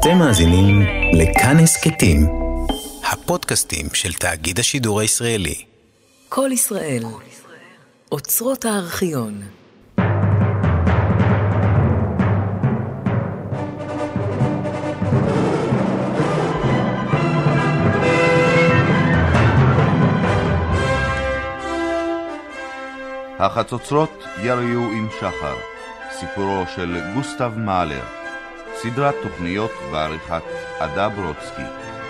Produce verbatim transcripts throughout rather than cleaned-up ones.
אתם מאזינים לכאן הסכתים, הפודקאסטים של תאגיד השידור הישראלי. כל ישראל, אוצרות הארכיון. החצוצרות יריו עם שחר, סיפורו של גוסטב מאלר, סדרת תוכניות בעריכת עדה ברודסקי.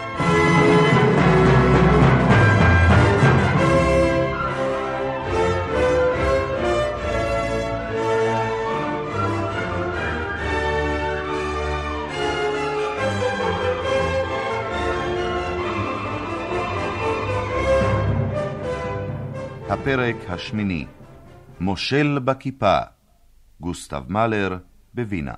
הפרק השמיני, מושל בכיפה, גוסטב מאלר בווינה.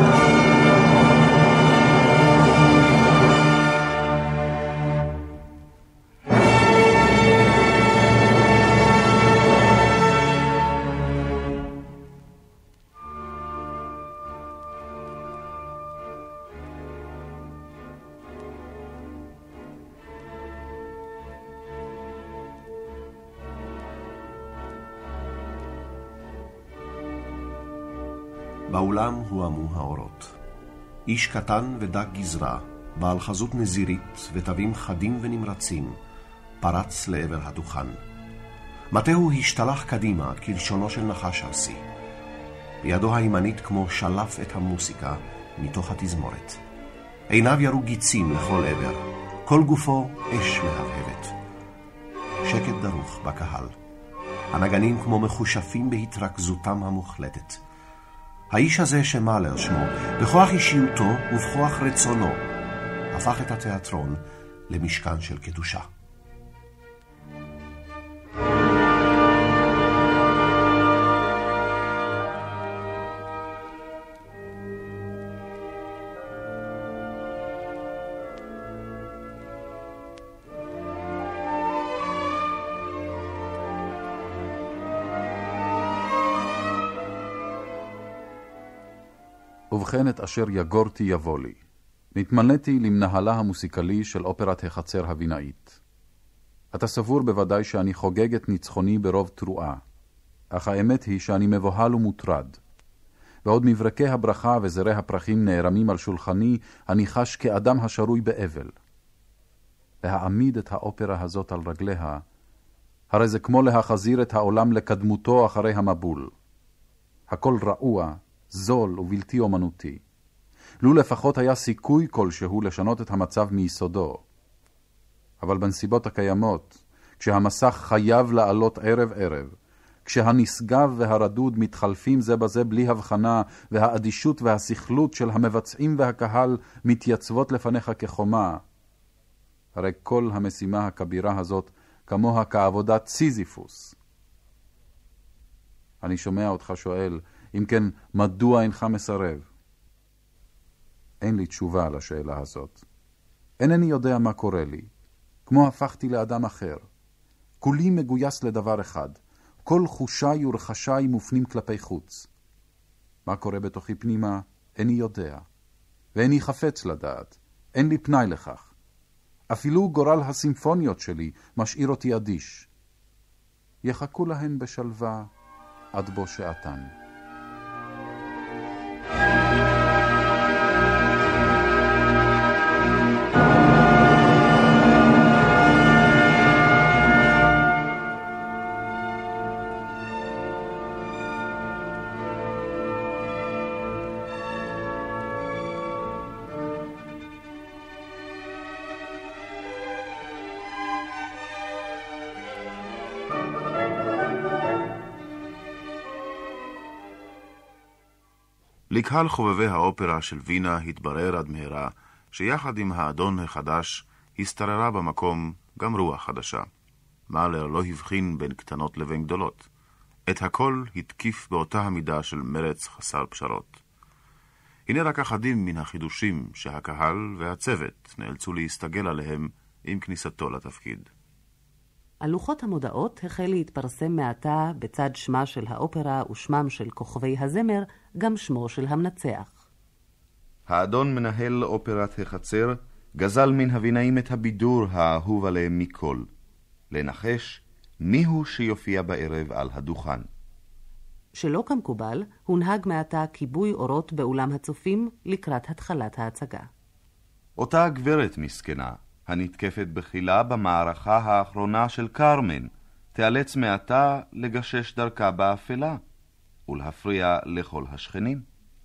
באולם הועמו האורות. איש קטן ודק גזרה, בעל חזות נזירית ותווים חדים ונמרצים, פרץ לעבר הדוכן. מטהו השתלח קדימה כלשונו של נחש ארסי. בידו הימנית כמו שלף את המוסיקה מתוך התזמורת. עיניו ירו גיצים לכל עבר, כל גופו אש מהבהבת. שקט דרוך בקהל. הנגנים כמו מחושפים בהתרכזותם המוחלטת. האיש הזה שמאלר שמו, בכוח אישיותו ובכוח רצונו, הפך את התיאטרון למשכן של קדושה. ובכן את אשר יגורתי יבוא לי. נתמניתי למנהלה המוסיקלי של אופרת החצר הווינאית. אתה סבור בוודאי שאני חוגג את ניצחוני ברוב תרועה, אך האמת היא שאני מבוהל ומוטרד. ועוד מברקי הברכה וזרי הפרחים נערמים על שולחני, אני חש כאדם השרוי באבל. להעמיד את האופרה הזאת על רגליה, הרי זה כמו להחזיר את העולם לקדמותו אחרי המבול. הכל רעוע, זול ובלתי אומנותי. לו לפחות היה סיכוי כלשהו לשנות את המצב מיסודו. אבל בנסיבות הקיימות, כשהמסך חייב לעלות ערב ערב, כשהנשגב והרדוד מתחלפים זה בזה בלי הבחנה, והאדישות והסכלות של המבצעים והקהל מתייצבות לפניך כחומה, הרי כל המשימה הכבירה הזאת כמוה כעבודת סיזיפוס. אני שומע אותך שואל, אם כן, מדוע אינך מסרב? אין לי תשובה על השאלה הזאת. אינני יודע מה קורה לי. כמו הפכתי לאדם אחר. כולי מגויס לדבר אחד. כל חושיי ורחשיי מופנים כלפי חוץ. מה קורה בתוכי פנימה? איני יודע. ואיני חפץ לדעת. אין לי פנאי לכך. אפילו גורל הסימפוניות שלי משאיר אותי אדיש. יחכו להן בשלווה עד בו שעתן. לקהל חובבי האופרה של וינה התברר עד מהרה שיחד עם האדון החדש הסתררה במקום גם רוח חדשה. מאלר לא הבחין בין קטנות לבין גדולות. את הכל התקיף באותה המידה של מרץ חסר פשרות. הנה רק אחדים מן החידושים שהקהל והצוות נאלצו להסתגל עליהם עם כניסתו לתפקיד. על לוחות המודעות החל להתפרסם מעתה בצד שמה של האופרה ושמם של כוכבי הזמר גם שמו של המנצח. האדון מנהל אופרת החצר גזל מן הבינאים את הבידור האהוב עליהם מכל. לנחש מיהו שיופיע בערב על הדוכן. שלא כמקובל, הונהג מעתה כיבוי אורות באולם הצופים לקראת התחלת ההצגה. אותה גברת מסכנה, הנתקפת בחילה במערכה האחרונה של קרמן, תיאלץ מעתה לגשש דרכה באפלה, ולהפריע לכל השכנים.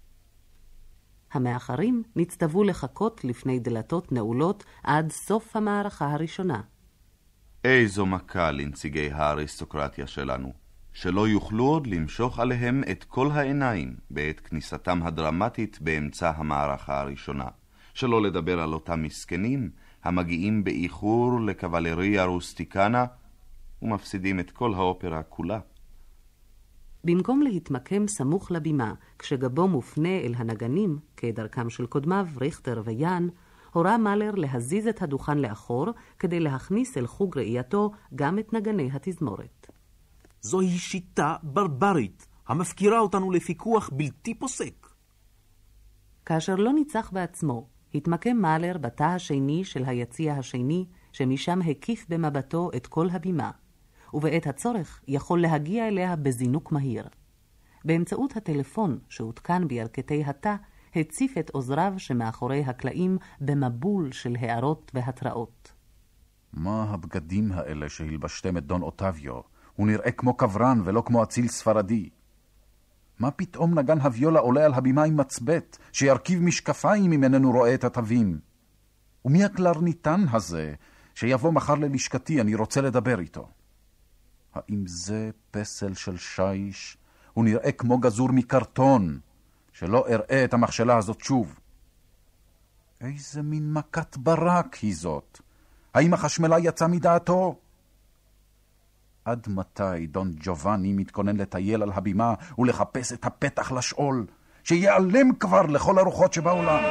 המאחרים נצטוו לחכות לפני דלתות נעולות עד סוף המערכה הראשונה. איזו מכה לנציגי האריסטוקרטיה שלנו, שלא יוכלו עוד למשוך עליהם את כל העיניים בעת כניסתם הדרמטית באמצע המערכה הראשונה, שלא לדבר על אותם מסכנים המגיעים באיחור לקבלריה רוסטיקנה ומפסידים את כל האופרה כולה. במקום להתמקם סמוך לבימה, כשגבו מופנה אל הנגנים, כדרכם של קודמיו, ריכטר ויאן, הורה מאלר להזיז את הדוכן לאחור, כדי להכניס אל חוג ראייתו גם את נגני התזמורת. זוהי שיטה ברברית, המפקירה אותנו לפיקוח בלתי פוסק. כאשר לא ניצח בעצמו, התמקם מאלר בתא השני של היציע השני, שמשם הקיף במבטו את כל הבימה, ובעת הצורך יכול להגיע אליה בזינוק מהיר. באמצעות הטלפון שהותקן בירכתי התא, הציף את עוזריו שמאחורי הקלעים במבול של הערות והתראות. מה הבגדים האלה שהלבשתם את דון אוטביו? הוא נראה כמו קברן ולא כמו אציל ספרדי. מה פתאום נגן הוויולה עולה על הבימה עם מצבט, שירכיב משקפיים אם איננו רואה את התווים? ומי הקלרניתן הזה, שיבוא מחר ללשכתי, אני רוצה לדבר איתו? האם זה פסל של שיש? הוא נראה כמו גזור מקרטון, שלא אראה את המכשלה הזאת שוב. איזה מין מכת ברק היא זאת? האם החשמלה יצא מדעתו? עד מתי דון ג'ובאני מתכונן לטייל על הבימה ולחפש את הפתח לשאול, שיעלם כבר לכל הרוחות שבעולם?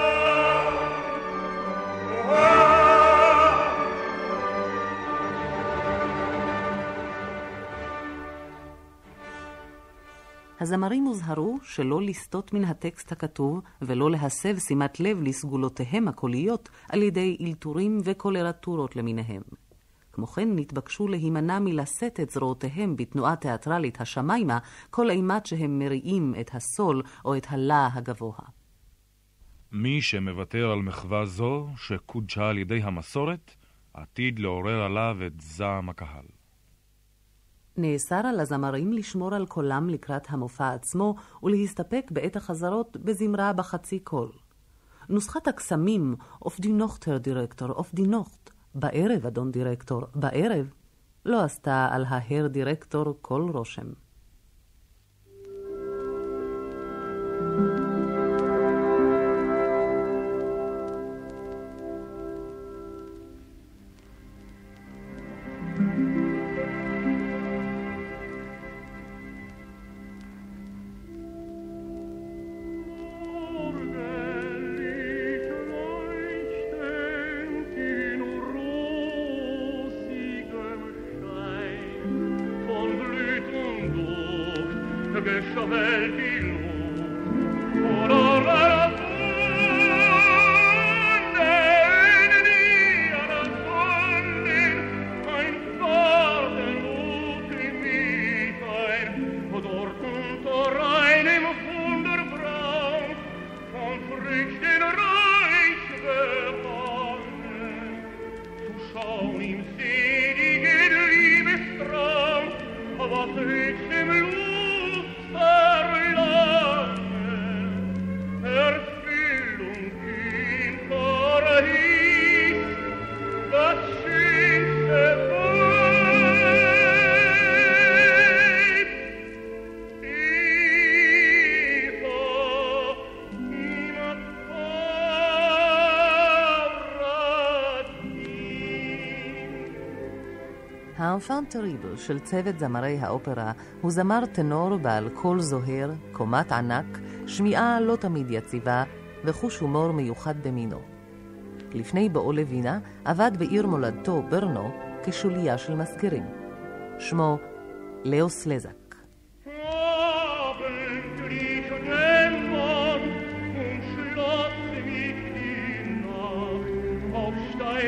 הזמרים הוזהרו שלא לסטות מן הטקסט הכתוב ולא להסב שימת לב לסגולותיהם הקוליות על ידי אילתורים וקולרטורות למיניהם. כמו כן נתבקשו להימנע מלשאת את זרועותיהם בתנועה תיאטרלית השמיימה כל אימת שהם מריעים את הסול או את הלה הגבוה. מי שמוותר על מחווה זו שקודשה על ידי המסורת, עתיד לעורר עליו את זעם הקהל. נאסר על הזמרים לשמור על קולם לקראת המופע עצמו ולהסתפק בעת החזרות בזמרה בחצי קול. נוסחת הקסמים, אוף די נוכטר דירקטור, אוף די נוכט, בערב אדון דירקטור, בערב, לא עשתה על ההר דירקטור כל רושם. האנפן טריבל של צוות זמרי האופרה הוא זמר טנור בעל קול זוהר, קומת ענק, שמיעה לא תמיד יציבה וחוש הומור מיוחד במינו. לפני בואו לווינה עבד בעיר מולדתו ברנו כשוליה של מסגרים. שמו לאו סלזק.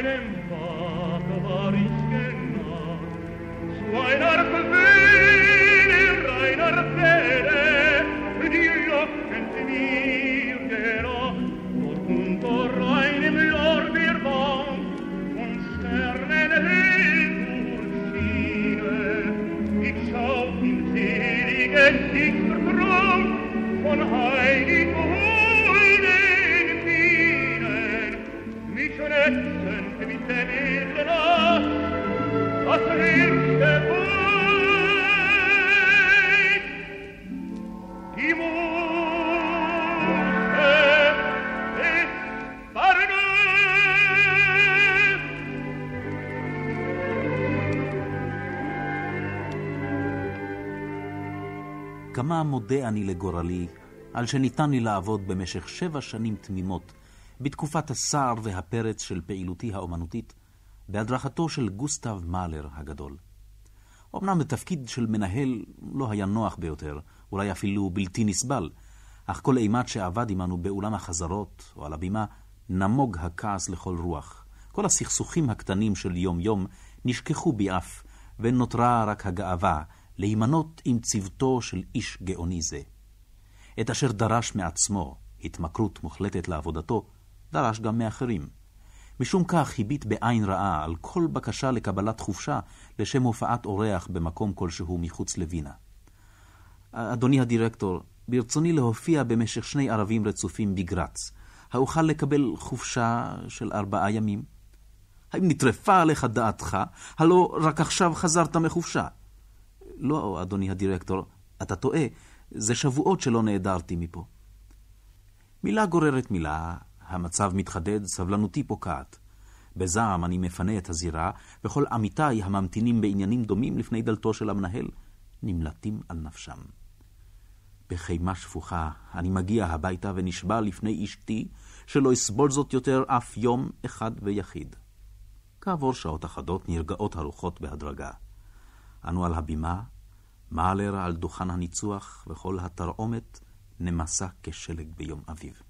meinem Vater war ich genannt, zu einer Quelle reiner Quelle, die lockend mir gelang, dort unter einem Lorbeerbaum von Sternen hell durchschienen. Ich schau in seligen Lichtertraum von heilig holden Bienen, mich netzend mit der edlen Ast, das höchste Weit. Die Muse ist vergnügt. כמה מודה אני לגורלי על שניתן לי לעבוד במשך שבע שנים תמימות בתקופת הסער והפרץ של פעילותי האומנותית בהדרכתו של גוסטב מאלר הגדול. אמנם בתפקיד של מנהל לא היה נוח ביותר, אולי אפילו בלתי נסבל, אך כל אימת שעבד עמנו באולם החזרות או על הבימה נמוג הכעס לכל רוח. כל הסכסוכים הקטנים של יום יום נשכחו בי אף, ונותרה רק הגאווה להימנות עם צוותו של איש גאוני זה. את אשר דרש מעצמו, התמכרות מוחלטת לעבודתו, דרש גם מאחרים. משום כך הביט בעין רעה על כל בקשה לקבלת חופשה לשם הופעת אורח במקום כלשהו מחוץ לווינה. אדוני הדירקטור, ברצוני להופיע במשך שני ערבים רצופים בגרץ. האוכל לקבל חופשה של ארבעה ימים? האם נטרפה עליך דעתך? הלא רק עכשיו חזרת מחופשה. לא, אדוני הדירקטור, אתה טועה. זה שבועות שלא נעדרתי מפה. מילה גוררת מילה, המצב מתחדד, סבלנותי פוקעת. בזעם אני מפנה את הזירה, וכל עמיתיי הממתינים בעניינים דומים לפני דלתו של המנהל, נמלטים על נפשם. בחימה שפוחה אני מגיע הביתה ונשבע לפני אשתי, שלא אסבול זאת יותר אף יום אחד ויחיד. כעבור שעות אחדות נרגעות הרוחות בהדרגה. אנו על הבימה, מאלר על דוכן הניצוח, וכל התרעומת נמסה כשלג ביום אביב.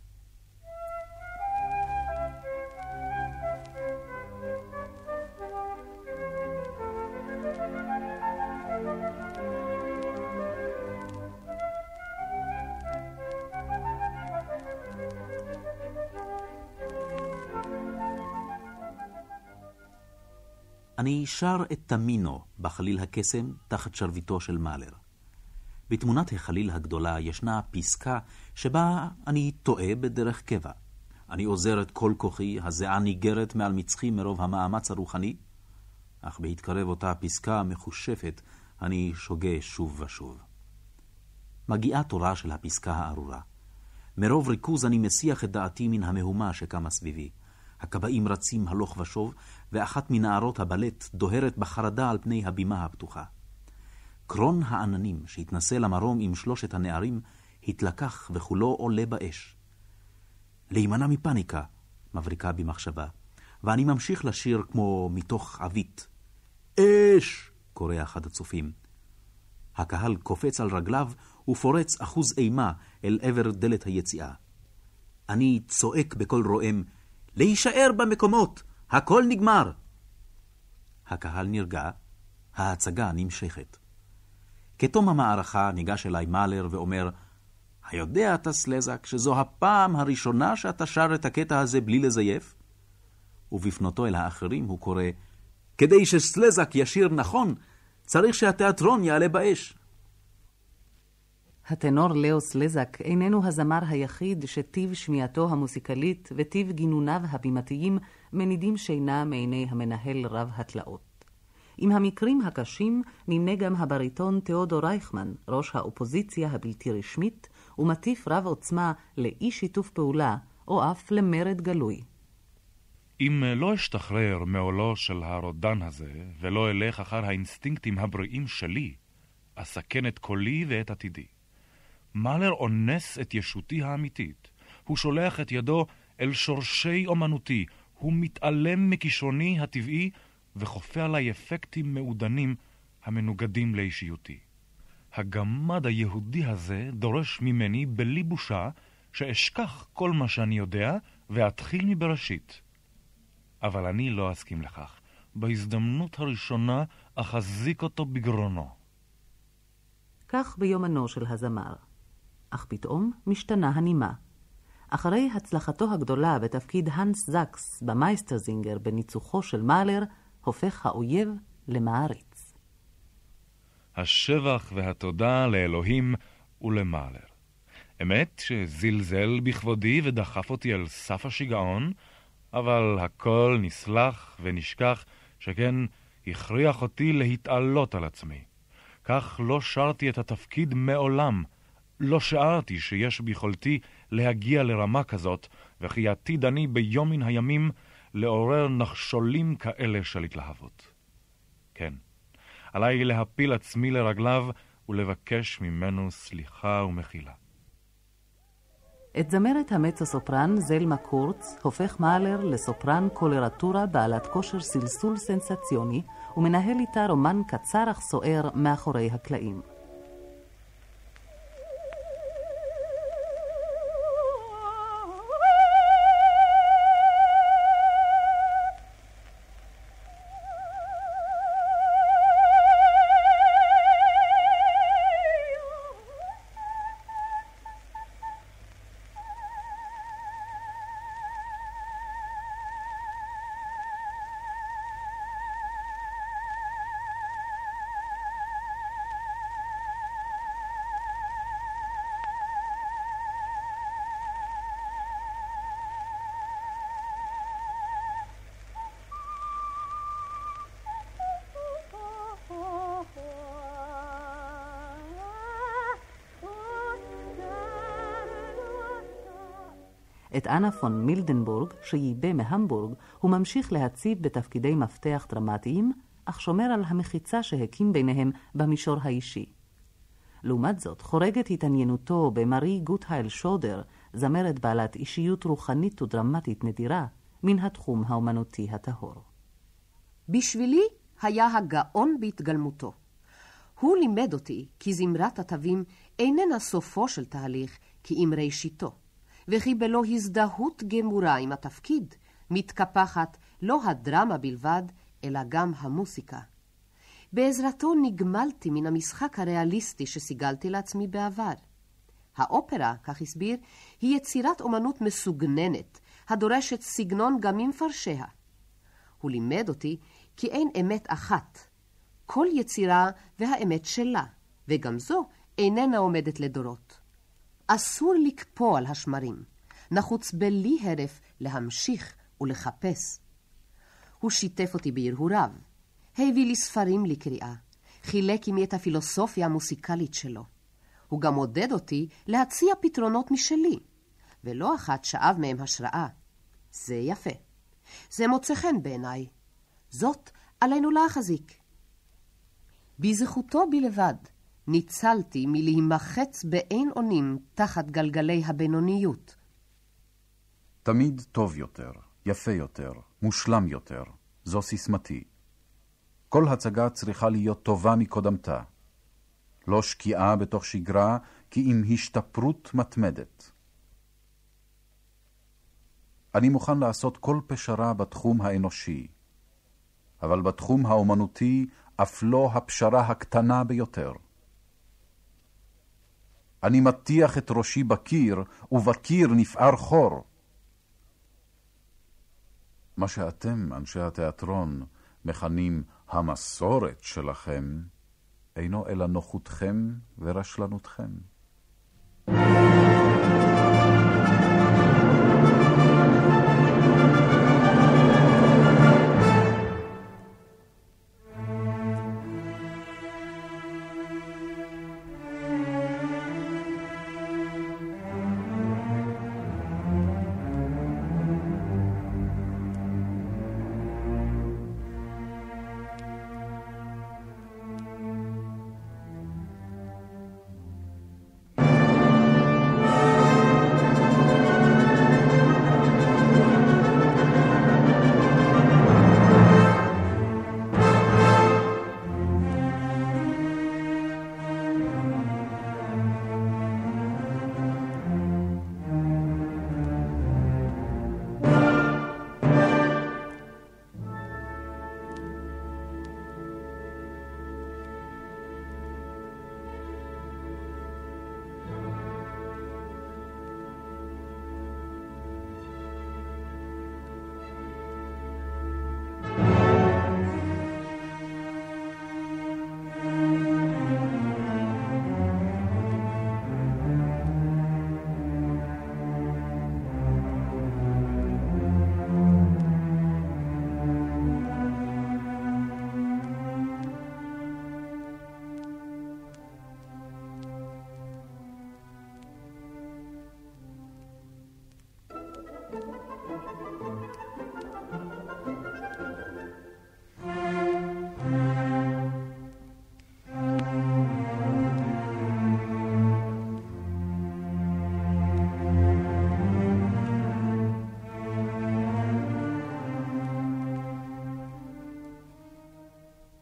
אני שר את תמינו בחליל הקסם תחת שרביטו של מאלר. בתמונת החליל הגדולה ישנה פסקה שבה אני טועה בדרך קבע. אני עוזר את כל כוחי, הזיעה ניגרת מעל מצחי מרוב המאמץ הרוחני, אך בהתקרב אותה פסקה המחושפת אני שוגה שוב ושוב. מגיעה תורה של הפסקה הארורה. מרוב ריכוז אני מסיח את דעתי מן המהומה שקמה סביבי. הקבעים רצים הלוך ושוב, ואחת מנערות הבלט דוהרת בחרדה על פני הבימה הפתוחה. קרון העננים שהתנסה למרום עם שלושת הנערים התלקח וכולו עולה באש. להימנע מפניקה, מבריקה במחשבה, ואני ממשיך לשיר כמו מתוך עבית. אש! קורא אחד הצופים. הקהל קופץ על רגליו ופורץ אחוז אימה אל עבר דלת היציאה. אני צועק בכל רועם, להישאר במקומות, הכל נגמר. הקהל נרגע, ההצגה נמשכת. כתום המערכה ניגש אליי מאלר ואומר, היודע אתה סלזק שזו הפעם הראשונה שאתה שר את הקטע הזה בלי לזייף? ובפנותו אל האחרים הוא קורא, כדי שסלזק ישיר נכון, צריך שהתיאטרון יעלה באש. הטנור לאו סלזק איננו הזמר היחיד שטיב שמיעתו המוסיקלית וטיב גינוניו הבימתיים מנידים שינה מעיני המנהל רב התלאות. עם המקרים הקשים נמנה גם הבריטון תיאודור רייכמן, ראש האופוזיציה הבלתי רשמית, ומטיף רב עוצמה לאי שיתוף פעולה או אף למרד גלוי. אם לא אשתחרר מעולו של הרודן הזה ולא אלך אחר האינסטינקטים הבריאים שלי, אסכן את קולי ואת עתידי. מאלר אונס את ישותי האמיתית. הוא שולח את ידו אל שורשי אומנותי. הוא מתעלם מכישרוני הטבעי וחופה עליי אפקטים מעודנים המנוגדים לאישיותי. הגמד היהודי הזה דורש ממני בלי בושה שאשכח כל מה שאני יודע ואתחיל מבראשית. אבל אני לא אסכים לכך. בהזדמנות הראשונה אחזיק אותו בגרונו. כך ביומנו של הזמר. אך פתאום משתנה הנימה. אחרי הצלחתו הגדולה בתפקיד הנס זקס במייסטרזינגר בניצוחו של מאלר, הופך האויב למעריץ. השבח והתודה לאלוהים ולמאלר. אמת שזלזל בכבודי ודחף אותי על סף השיגעון, אבל הכל נסלח ונשכח, שכן הכריח אותי להתעלות על עצמי. כך לא שרתי את התפקיד מעולם. לא שערתי שיש ביכולתי להגיע לרמה כזאת, וכי עתיד אני ביום מן הימים לעורר נחשולים כאלה של התלהבות. כן, עליי להפיל עצמי לרגליו ולבקש ממנו סליחה ומחילה. את זמרת המצו-סופרן זלמה קורץ הופך מאלר לסופרן קולרטורה בעלת כושר סלסול סנסציוני, ומנהל איתה רומן קצר אך סוער מאחורי הקלעים. את אנה פון מילדנבורג, שייבא מהמבורג, הוא ממשיך להציב בתפקידי מפתח דרמטיים, אך שומר על המחיצה שהקים ביניהם במישור האישי. לעומת זאת, חורגת התעניינותו במרי גוטהייל שודר, זמרת בעלת אישיות רוחנית ודרמטית נדירה, מן התחום האומנותי הטהור. בשבילי היה הגאון בהתגלמותו. הוא לימד אותי כי זמרת התווים איננה סופו של תהליך, כי אם ראשיתו. וכי בלא הזדהות גמורה עם התפקיד, מתקפחת לא הדרמה בלבד, אלא גם המוסיקה. בעזרתו נגמלתי מן המשחק הריאליסטי שסיגלתי לעצמי בעבר. האופרה, כך הסביר, היא יצירת אומנות מסוגננת, הדורשת סגנון גם ממפרשיה. הוא לימד אותי כי אין אמת אחת. כל יצירה והאמת שלה, וגם זו איננה עומדת לדורות. אסור לקפוא על השמרים, נחוץ בלי הרף להמשיך ולחפש. הוא שיתף אותי בהרהוריו, הביא לי ספרים לקריאה, חילק עמי את הפילוסופיה המוסיקלית שלו. הוא גם עודד אותי להציע פתרונות משלי, ולא אחת שאב מהם השראה. זה יפה. זה מוצא חן בעיניי. זאת עלינו להחזיק. בזכותו בלבד ניצלתי מלהימחץ באין אונים תחת גלגלי הבינוניות. תמיד טוב יותר, יפה יותר, מושלם יותר. זו סיסמתי. כל הצגה צריכה להיות טובה מקודמתה. לא שקיעה בתוך שגרה, כי אם השתפרות מתמדת. אני מוכן לעשות כל פשרה בתחום האנושי, אבל בתחום האומנותי אף לא הפשרה הקטנה ביותר. אני מטיח את ראשי בקיר, ובקיר נפער חור. מה שאתם, אנשי התיאטרון, מכנים המסורת שלכם, אינו אלא נוחותכם ורשלנותכם.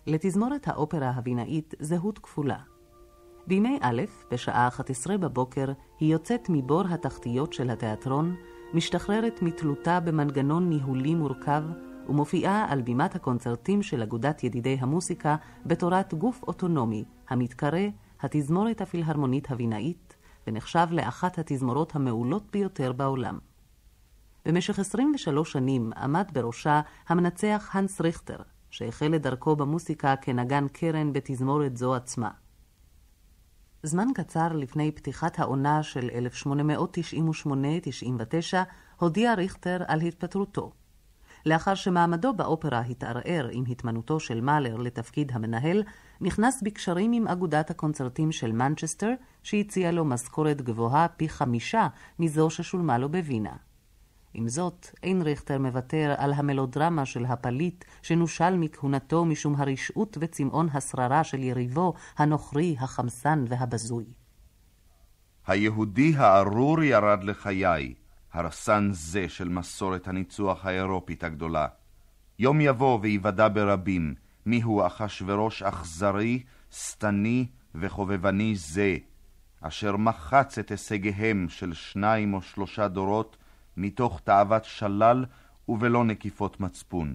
לתזמורת האופרה הווינאית זהות כפולה. בימי א', בשעה אחת עשרה בבוקר, היא יוצאת מבור התחתיות של התיאטרון, משתחררת מתלותה במנגנון ניהולי מורכב, ומופיעה על בימת הקונצרטים של אגודת ידידי המוסיקה בתורת גוף אוטונומי, המתקרא התזמורת הפילהרמונית הווינאית, ונחשב לאחת התזמורות המעולות ביותר בעולם. במשך עשרים ושלוש שנים עמד בראשה המנצח הנס ריכטר, שהחל את דרכו במוסיקה כנגן קרן בתזמורת זו עצמה. זמן קצר לפני פתיחת העונה של אלף שמונה מאות תשעים ושמונה תשעים ותשע הודיע ריכטר על התפטרותו. לאחר שמעמדו באופרה התערער עם התמנותו של מאלר לתפקיד המנהל, נכנס בקשרים עם אגודת הקונצרטים של מנצ'סטר, שהציע לו משכורת גבוהה פי חמישה מזו ששולמה לו בווינה. עם זאת, אין ריכטר מוותר על המלודרמה של הפליט שנושל מכהונתו משום הרשעות וצמאון השררה של יריבו, הנוכרי, החמסן והבזוי. היהודי הארור ירד לחיי, הרסן זה של מסורת הניצוח האירופית הגדולה. יום יבוא ויוודע ברבים מיהו אחשוורוש אכזרי, סתני וחובבני זה, אשר מחץ את הישגיהם של שניים או שלושה דורות מתוך תאוות שלל ובלא נקיפות מצפון.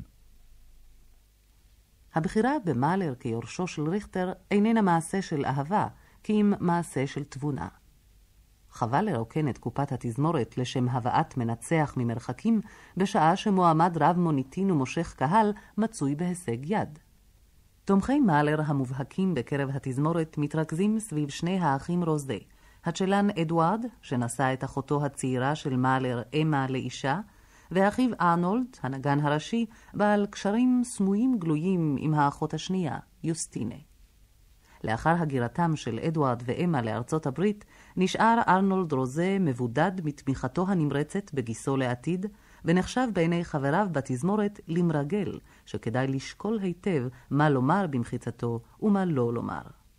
הבחירה במאלר כיורשו של ריכטר איננה מעשה של אהבה, כי אם מעשה של תבונה. חבל לרוקן את קופת התזמורת לשם הבאת מנצח ממרחקים, בשעה שמועמד רב מוניטין ומושך קהל מצוי בהישג יד. תומכי מאלר המובהקים בקרב התזמורת מתרכזים סביב שני האחים רוזדה, הצ'לן אדוארד, שנשא את אחותו הצעירה של מאלר אמה לאישה, ואחיו ארנולד, הנגן הראשי, בעל קשרים סמויים גלויים עם האחות השנייה, יוסטינה. לאחר הגירתם של אדוארד ואמה לארצות הברית, נשאר ארנולד רוזה מבודד מתמיכתו הנמרצת בגיסו לעתיד, ונחשב בעיני חבריו בתזמורת למרגל, שכדאי לשקול היטב מה לומר במחיצתו ומה לא לומר.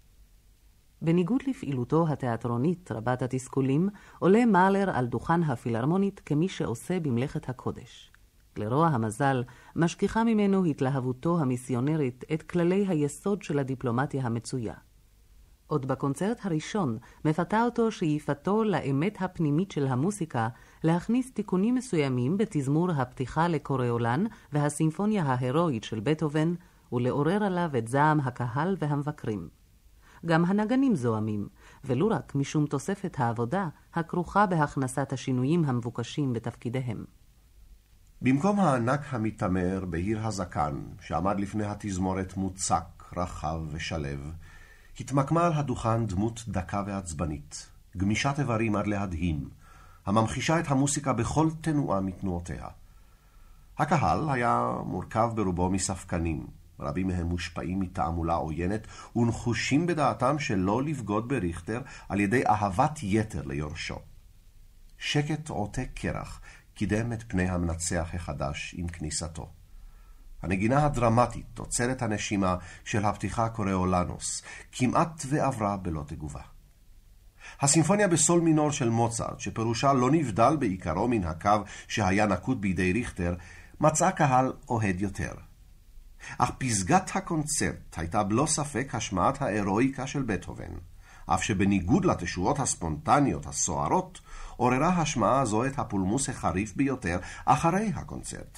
בניגוד לפעילותו התיאטרונית רבת התסכולים, עולה מאלר על דוכן הפילהרמונית כמי שעושה במלאכת הקודש. לרוע המזל, משכיחה ממנו התלהבותו המיסיונרית את כללי היסוד של הדיפלומטיה המצויה. עוד בקונצרט הראשון מפתה אותו שאיפתו לאמת הפנימית של המוסיקה להכניס תיקונים מסוימים בתזמור הפתיחה לקוריאולן והסימפוניה ההירואית של בטהובן, ולעורר עליו את זעם הקהל והמבקרים. גם הנגנים זוהמים, ולא רק משום תוספת העבודה הכרוכה בהכנסת השינויים המבוקשים בתפקידיהם. במקום הענק המתאמר בהיר הזקן, שעמד לפני התזמורת מוצק, רחב ושלב, התמקמה על הדוכן דמות דקה ועצבנית, גמישת איברים עד להדהים, הממחישה את המוסיקה בכל תנועה מתנועותיה. הקהל היה מורכב ברובו מספקנים, רבים מהם מושפעים מתעמולה עוינת ונחושים בדעתם שלא לבגוד בריכטר על ידי אהבת יתר ליורשו. שקט עוטה קרח קידם את פני המנצח החדש עם כניסתו. הנגינה הדרמטית תוצרת הנשימה של הפתיחה קוריאולנוס כמעט ועברה בלא תגובה. הסימפוניה בסול מינור של מוצרט, שפירושה לא נבדל בעיקרו מן הקו שהיה נקוט בידי ריכטר, מצאה קהל אוהד יותר. אך פסגת הקונצרט הייתה בלא ספק השמעת האירואיקה של בטהובן, אף שבניגוד לתשורות הספונטניות הסוערות, עוררה השמעה הזו את הפולמוס החריף ביותר אחרי הקונצרט.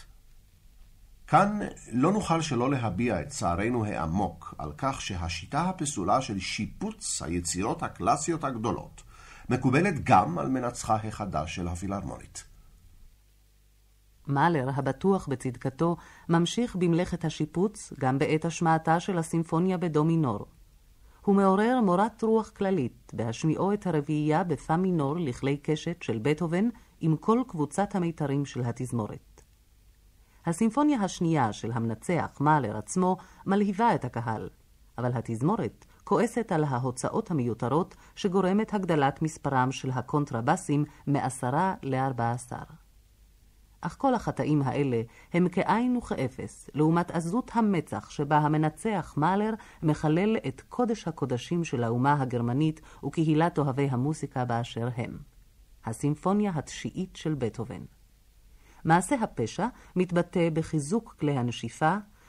כאן לא נוכל שלא להביע את צערנו העמוק על כך שהשיטה הפסולה של שיפוץ היצירות הקלאסיות הגדולות מקובלת גם על מנצחה החדש של הפילהרמונית. מאלר, הבטוח בצדקתו, ממשיך במלאכת השיפוץ גם בעת השמעתה של הסימפוניה בדו מינור. הוא מעורר מורת רוח כללית בהשמיעו את הרביעייה בפא מינור לכלי קשת של בטהובן עם כל קבוצת המיתרים של התזמורת. הסימפוניה השנייה של המנצח, מאלר עצמו, מלהיבה את הקהל, אבל התזמורת כועסת על ההוצאות המיותרות שגורמת הגדלת מספרם של הקונטרבסים מעשרה לארבע עשר. אך כל החטאים האלה הם כאין וכאפס, לעומת עזות המצח שבה המנצח מאלר מחלל את קודש הקודשים של האומה הגרמנית וקהילת אוהבי המוסיקה באשר הם. הסימפוניה התשיעית של בטהובן. מעשה הפשע מתבטא בחיזוק כלי הנשיפה,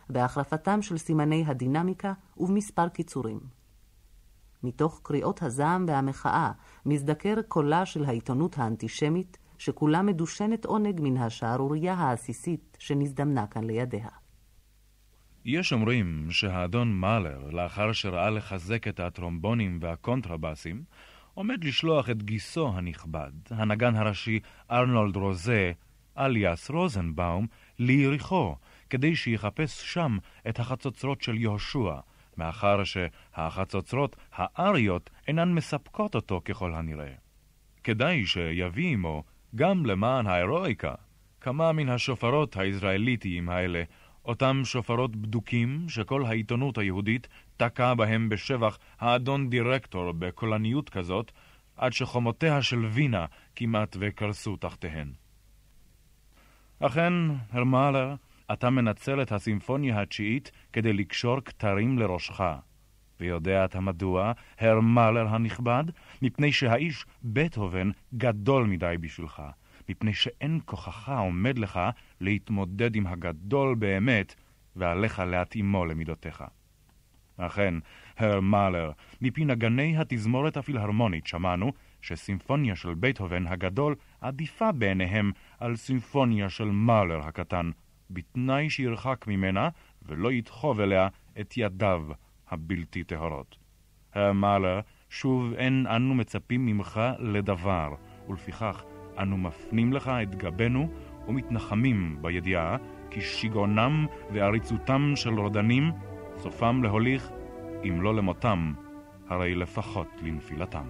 בהחלפתם של סימני הדינמיקה ובמספר קיצורים. מתוך קריאות הזעם והמחאה מזדקר קולה של העיתונות האנטישמית, שכולה מדושנת עונג מן השערוריה העסיסית שנזדמנה כאן לידיה. יש אומרים שהאדון מאלר, לאחר שראה לחזק את הטרומבונים והקונטרבסים, עומד לשלוח את גיסו הנכבד, הנגן הראשי ארנולד רוזה, אליאס רוזנבאום, ליריחו, כדי שיחפש שם את החצוצרות של יהושע, מאחר שהחצוצרות האריות אינן מספקות אותו ככל הנראה. כדאי שיביא עמו, גם למען ההירואיקה, כמה מן השופרות הישראליתיים האלה, אותם שופרות בדוקים שכל העיתונות היהודית תקע בהם בשבח האדון דירקטור בקולניות כזאת, עד שחומותיה של וינה כמעט וקרסו תחתיהן. אכן, הרר מאלר, אתה מנצל את הסימפוניה התשיעית כדי לקשור כתרים לראשך. ויודע אתה מדוע, הרר מאלר הנכבד? מפני שהאיש בטהובן גדול מדי בשבילך. מפני שאין כוחך עומד לך להתמודד עם הגדול באמת, ועליך להתאימו למידותיך. אכן, הרר מאלר, מפי נגני התזמורת הפילהרמונית שמענו שסימפוניה של בטהובן הגדול עדיפה בעיניהם על סימפוניה של מאלר הקטן, בתנאי שירחק ממנה ולא ידחוב אליה את ידיו הבלתי טהורות. הרר מאלר, שוב אין אנו מצפים ממך לדבר, ולפיכך אנו מפנים לך את גבנו ומתנחמים בידיעה כי שיגעונם ועריצותם של רודנים סופם להוליך, אם לא למותם, הרי לפחות לנפילתם.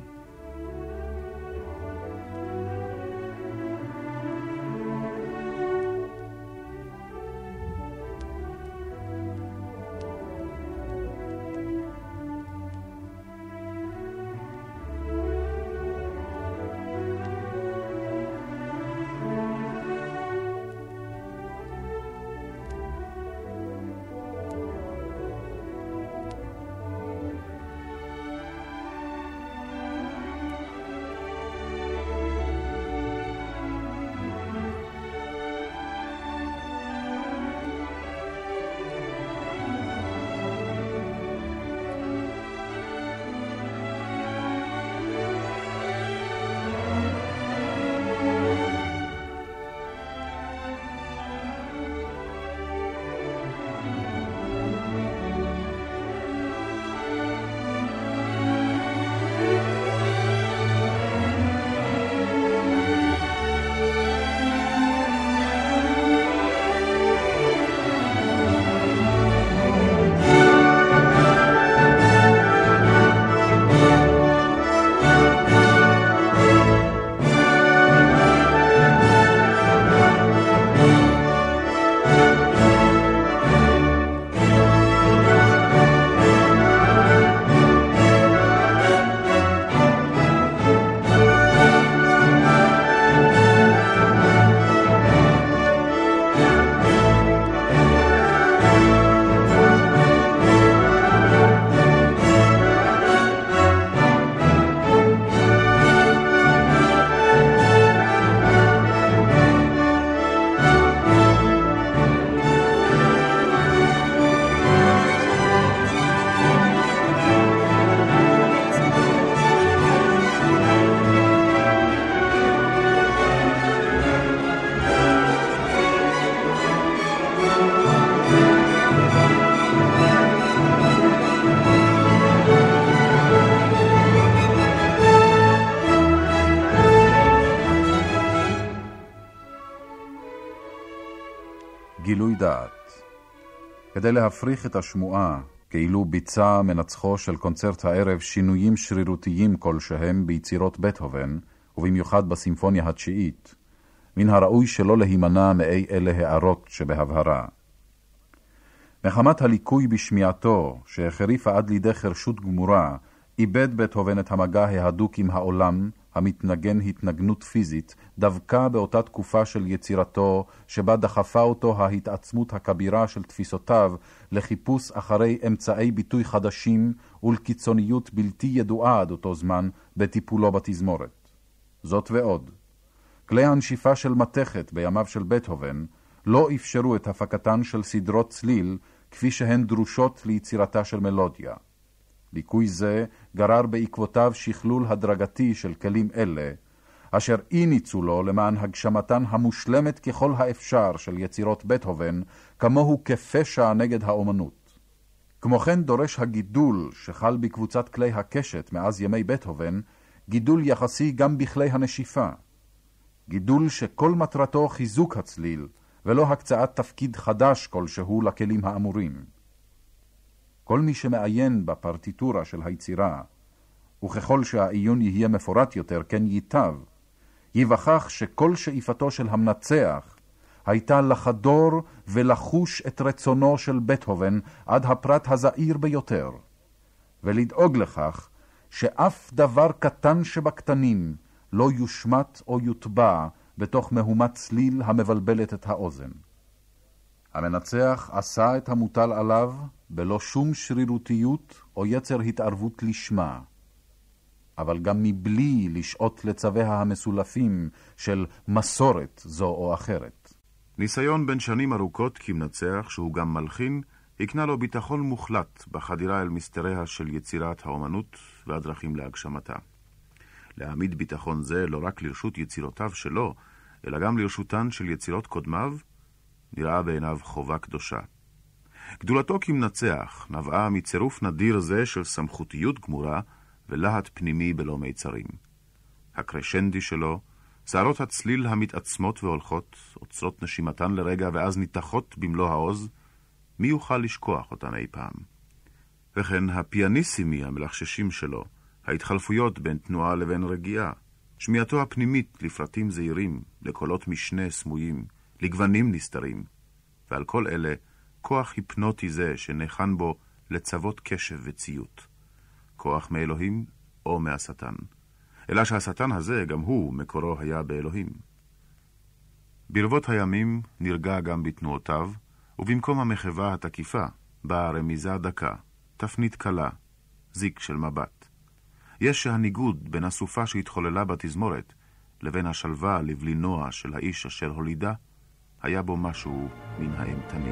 גילוי דעת. כדי להפריך את השמועה, כאילו ביצע מנצחו של קונצרט הערב שינויים שרירותיים כלשהם ביצירות בטהובן, ובמיוחד בסימפוניה התשיעית, מן הראוי שלא להימנע מאי אלה הערות שבהבהרה. מחמת הליקוי בשמיעתו, שהחריפה עד לידי חרשות גמורה, איבד בטהובן את המגע ההדוק עם העולם, המתנגן התנגנות פיזית, דווקא באותה תקופה של יצירתו, שבה דחפה אותו ההתעצמות הכבירה של תפיסותיו לחיפוש אחרי אמצעי ביטוי חדשים ולקיצוניות בלתי ידועה עד אותו זמן בטיפולו בתזמורת. זאת ועוד, כלי הנשיפה של מתכת בימיו של בטהובן לא אפשרו את הפקתן של סדרות צליל כפי שהן דרושות ליצירתה של מלודיה. ליקוי זה גרר בעקבותיו שכלול הדרגתי של כלים אלה, אשר אי ניצולו למען הגשמתן המושלמת ככל האפשר של יצירות בטהובן, כמוהו כפשע נגד האומנות. כמו כן דורש הגידול שחל בקבוצת כלי הקשת מאז ימי בטהובן, גידול יחסי גם בכלי הנשיפה. גידול שכל מטרתו חיזוק הצליל, ולא הקצאת תפקיד חדש כלשהו לכלים האמורים. כל מי שמעיין בפרטיטורה של היצירה, וככל שהעיון יהיה מפורט יותר, כן ייטב, יווכח שכל שאיפתו של המנצח הייתה לחדור ולחוש את רצונו של בטהובן עד הפרט הזעיר ביותר, ולדאוג לכך שאף דבר קטן שבקטנים לא יושמט או יוטבע בתוך מהומת צליל המבלבלת את האוזן. המנצח עשה את המוטל עליו בלא שום שרירותיות או יצר התערבות לשמה, אבל גם מבלי לשעות לצוויה המסולפים של מסורת זו או אחרת. ניסיון בין שנים ארוכות כמנצח, שהוא גם מלחין, הקנה לו ביטחון מוחלט בחדירה אל מסתריה של יצירת האומנות והדרכים להגשמתה. להעמיד ביטחון זה לא רק לרשות יצירותיו שלו, אלא גם לרשותן של יצירות קודמיו, נראה בעיניו חובה קדושה. גדולתו כמנצח נבעה מצירוף נדיר זה של סמכותיות גמורה ולהט פנימי בלא מיצרים. הקרשנדי שלו, שערות הצליל המתעצמות והולכות, עוצרות נשימתן לרגע ואז ניתחות במלוא העוז, מי יוכל לשכוח אותן אי פעם? וכן הפיאניסימי המלחששים שלו, ההתחלפויות בין תנועה לבין רגיעה, שמיעתו הפנימית לפרטים זהירים, לקולות משנה סמויים, לגוונים נסתרים, ועל כל אלה כוח היפנוטי זה שנחן בו לצוות קשב וציות. כוח מאלוהים או מהשטן. אלא שהשטן הזה גם הוא מקורו היה באלוהים. ברבות הימים נרגע גם בתנועותיו, ובמקום המחווה התקיפה באה רמיזה דקה, תפנית קלה, זיק של מבט. יש שהניגוד בין הסופה שהתחוללה בתזמורת לבין השלווה לבלינוע של האיש אשר הולידה, היה בו משהו מן האמתני.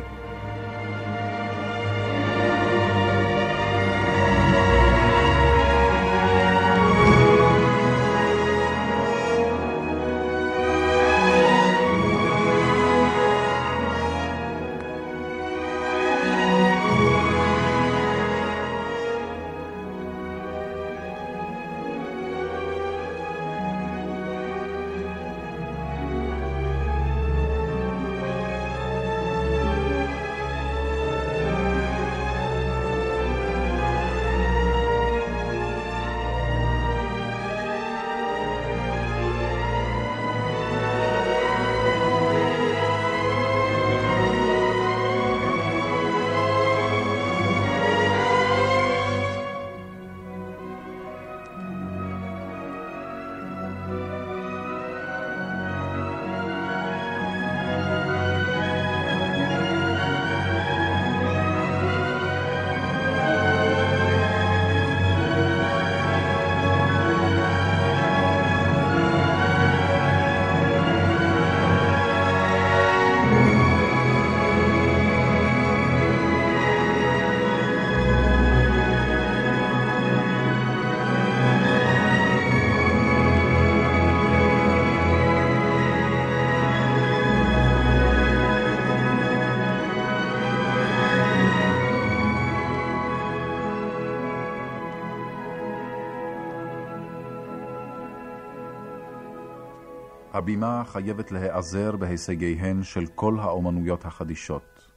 הבימה חייבת להיעזר בהישגיהן של כל האומנויות החדישות.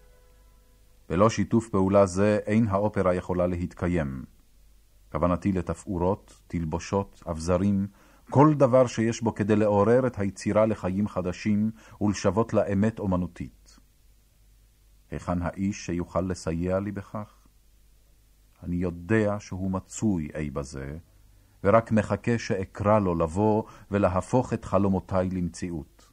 בלא שיתוף פעולה זה אין האופרה יכולה להתקיים. כוונתי לתפאורות, תלבושות, אבזרים, כל דבר שיש בו כדי לעורר את היצירה לחיים חדשים ולשוות לאמת אומנותית. היכן האיש שיוכל לסייע לי בכך? אני יודע שהוא מצוי אי בזה, ורק מחכה שאקרא לו לבוא ולהפוך את חלומותיי למציאות.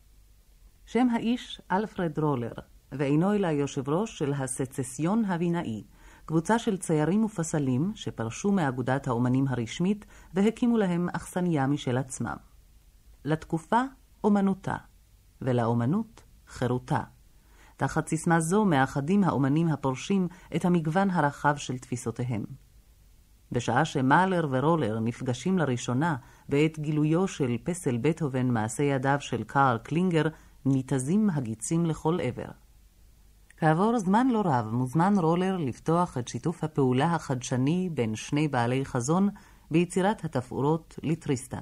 שם האיש אלפרד רולר, ואינו אלא יושב ראש של הסצסיון הווינאי, קבוצה של ציירים ופסלים שפרשו מאגודת האומנים הרשמית והקימו להם אכסניה משל עצמם. לתקופה אומנותה, ולאומנות חירותה, תחת סיסמה זו מאחדים האומנים הפורשים את המגוון הרחב של תפיסותיהם. בשעה שמאלר ורולר נפגשים לראשונה בעת גילויו של פסל בטהובן מעשה ידיו של קארל קלינגר, ניתזים הגיצים לכל עבר. כעבור זמן לא רב מוזמן רולר לפתוח את שיתוף הפעולה החדשני בין שני בעלי חזון ביצירת התפאורות לטריסטן.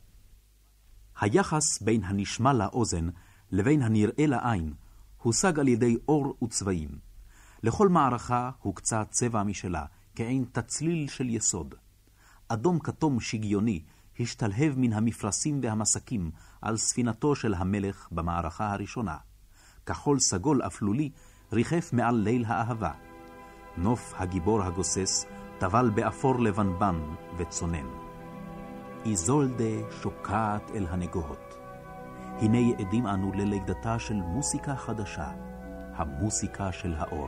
היחס בין הנשמע לאוזן לבין הנראה לעין הושג על ידי אור וצבעים. לכל מערכה הוקצה צבע משלה, כעין תצליל של יסוד. אדום כתום שגיוני השתלהב מן המפרסים והמסקים על ספינתו של המלך במערכה הראשונה. כחול סגול אפלולי ריחף מעל ליל האהבה. נוף הגיבור הגוסס טבל באפור לבנבן וצונן. איזולדה שוקעת אל הנגוהות. הנה עדים אנו ללידתה של מוסיקה חדשה, המוסיקה של האור.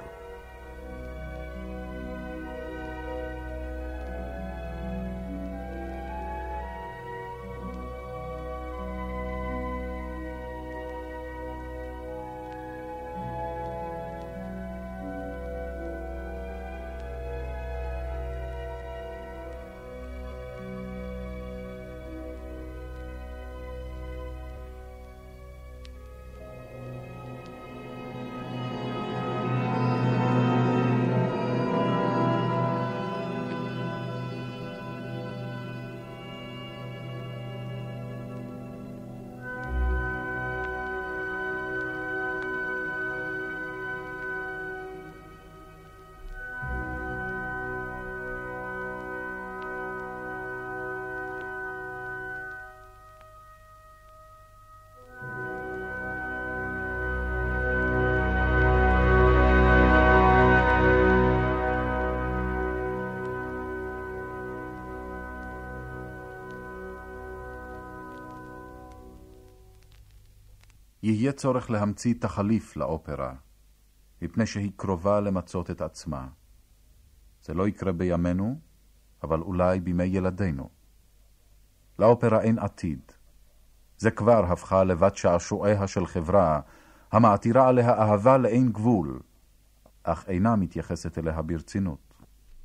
יהיה צורך להמציא תחליף לאופרה, מפני שהיא קרובה למצות את עצמה. זה לא יקרה בימינו, אבל אולי בימי ילדינו. לאופרה אין עתיד. זה כבר הפכה לבת שעשועיה של חברה, המעתירה עליה אהבה לאין גבול, אך אינה מתייחסת אליה ברצינות.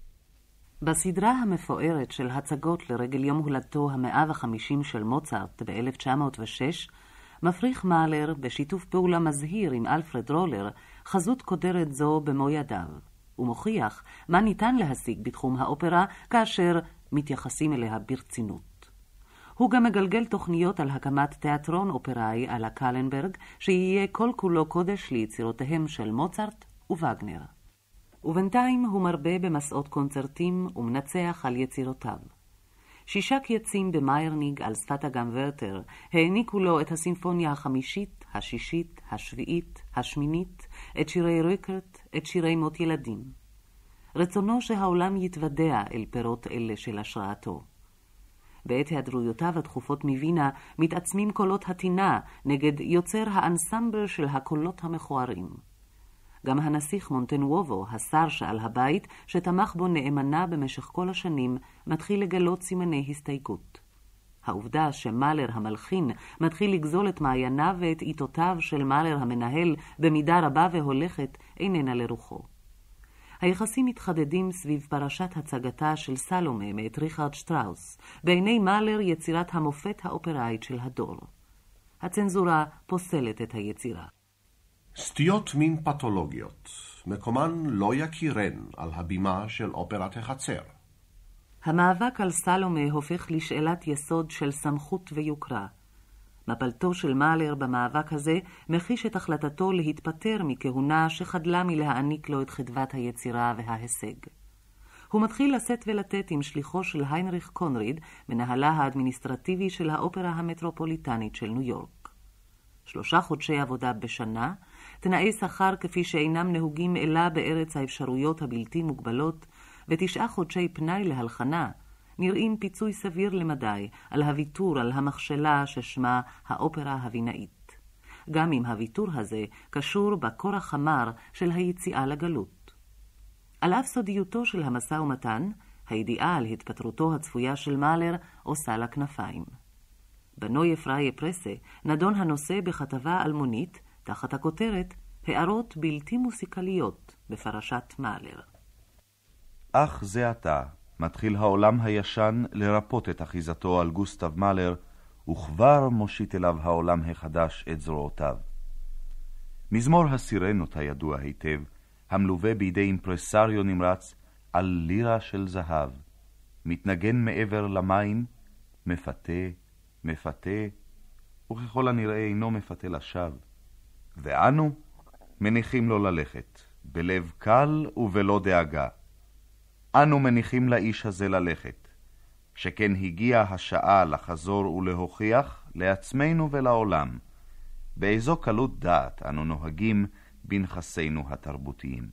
בסדרה המפוארת של הצגות לרגל יום הולדתו המאה וחמישים של מוצרט ב-אלף תשע מאות ושש, מפריך מאלר בשיתוף פעולה מזהיר עם אלפרד רולר חזות קודרת זו במו ידיו. הוא מוכיח מה ניתן להשיג בתחום האופרה כאשר מתייחסים אליה ברצינות. הוא גם מגלגל תוכניות על הקמת תיאטרון אופראי על הקלנברג, שיהיה כל כולו קודש ליצירותיהם של מוצרט ווגנר. ובינתיים הוא מרבה במסעות קונצרטים ומנצח על יצירותיו. שישה קייצים במיירניג על שפת אגם ורטר העניקו לו את הסימפוניה החמישית, השישית, השביעית, השמינית, את שירי ריקרט, את שירי מות ילדים. רצונו שהעולם יתוודע אל פירות אלה של השראתו. בעת היעדרויותיו התכופות מווינה מתעצמים קולות התינה נגד יוצר האנסמבל של הקולות המכוערים. גם הנסיך מונטנוובו, השר שעל הבית, שתמך בו נאמנה במשך כל השנים, מתחיל לגלות סימני הסתייגות. העובדה שמאלר המלחין מתחיל לגזול את מעייניו ואת עיתותיו של מאלר המנהל במידה רבה והולכת איננה לרוחו. היחסים מתחדדים סביב פרשת הצגתה של סלומה מאת ריכרד שטראוס, בעיני מאלר יצירת המופת האופראית של הדור. הצנזורה פוסלת את היצירה. סטיות מין פתולוגיות, מקומן לא יכירן על הבימה של אופרת החצר. המאבק על סלומה הופך לשאלת יסוד של סמכות ויוקרה. מפלתו של מאלר במאבק הזה מחיש את החלטתו להתפטר מכהונה שחדלה מלהעניק לו את חדוות היצירה וההישג. הוא מתחיל לשאת ולתת עם שליחו של היינריך קונריד, מנהלה האדמיניסטרטיבי של האופרה המטרופוליטנית של ניו יורק. שלושה חודשי עבודה בשנה, תנאי שכר כפי שאינם נהוגים אלא בארץ האפשרויות הבלתי מוגבלות, ותשעה חודשי פנאי להלחנה, נראים פיצוי סביר למדי על הוויתור על המכשלה ששמה האופרה הווינאית. גם אם הוויתור הזה קשור בכורח המר של היציאה לגלות. על אף סודיותו של המשא ומתן, הידיעה על התפטרותו הצפויה של מאלר עושה לה כנפיים. בנויה פראיה פרסה נדון הנושא בכתבה אלמונית תחת הכותרת הערות בלתי מוסיקליות בפרשת מאלר. אך זה עתה מתחיל העולם הישן לרפות את אחיזתו על גוסטב מאלר, וכבר מושיט אליו העולם החדש את זרועותיו. מזמור הסירנות הידוע היטב, המלווה בידי אימפרסריו נמרץ על לירה של זהב, מתנגן מעבר למים, מפתה, מפתה, וככל הנראה אינו מפתה לשווא. ואנו מניחים לו ללכת, בלב קל ובלא דאגה. אנו מניחים לאיש הזה ללכת, שכן הגיעה השעה לחזור ולהוכיח לעצמנו ולעולם, באיזו קלות דעת אנו נוהגים בנכסינו התרבותיים.